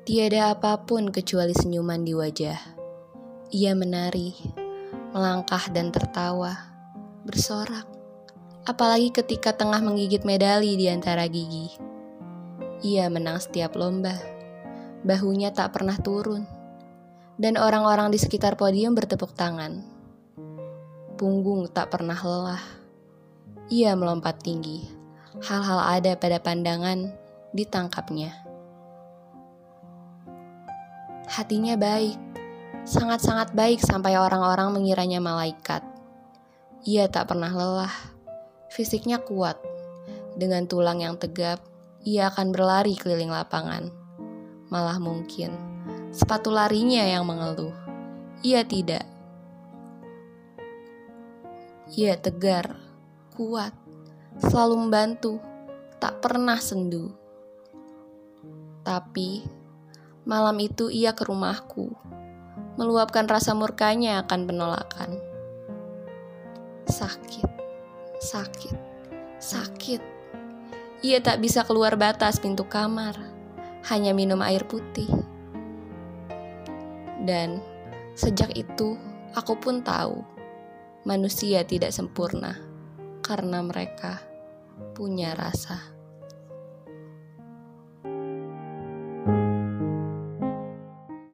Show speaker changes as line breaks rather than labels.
Tiada apapun kecuali senyuman di wajah. Ia menari, melangkah dan tertawa, bersorak. Apalagi ketika tengah menggigit medali di antara gigi. Ia menang setiap lomba. Bahunya tak pernah turun. Dan orang-orang di sekitar podium bertepuk tangan. Punggung tak pernah lelah. Ia melompat tinggi. Hal-hal ada pada pandangan ditangkapnya. Hatinya baik, sangat-sangat baik sampai orang-orang mengiranya malaikat. Ia tak pernah lelah, fisiknya kuat. Dengan tulang yang tegap, ia akan berlari keliling lapangan. Malah mungkin, sepatu larinya yang mengeluh. Ia tidak. Ia tegar, kuat, selalu membantu, tak pernah sendu. Tapi, malam itu ia ke rumahku, meluapkan rasa murkanya akan penolakan. Sakit, sakit, sakit. Ia tak bisa keluar batas pintu kamar, hanya minum air putih. Dan sejak itu, aku pun tahu, manusia tidak sempurna, karena mereka punya rasa.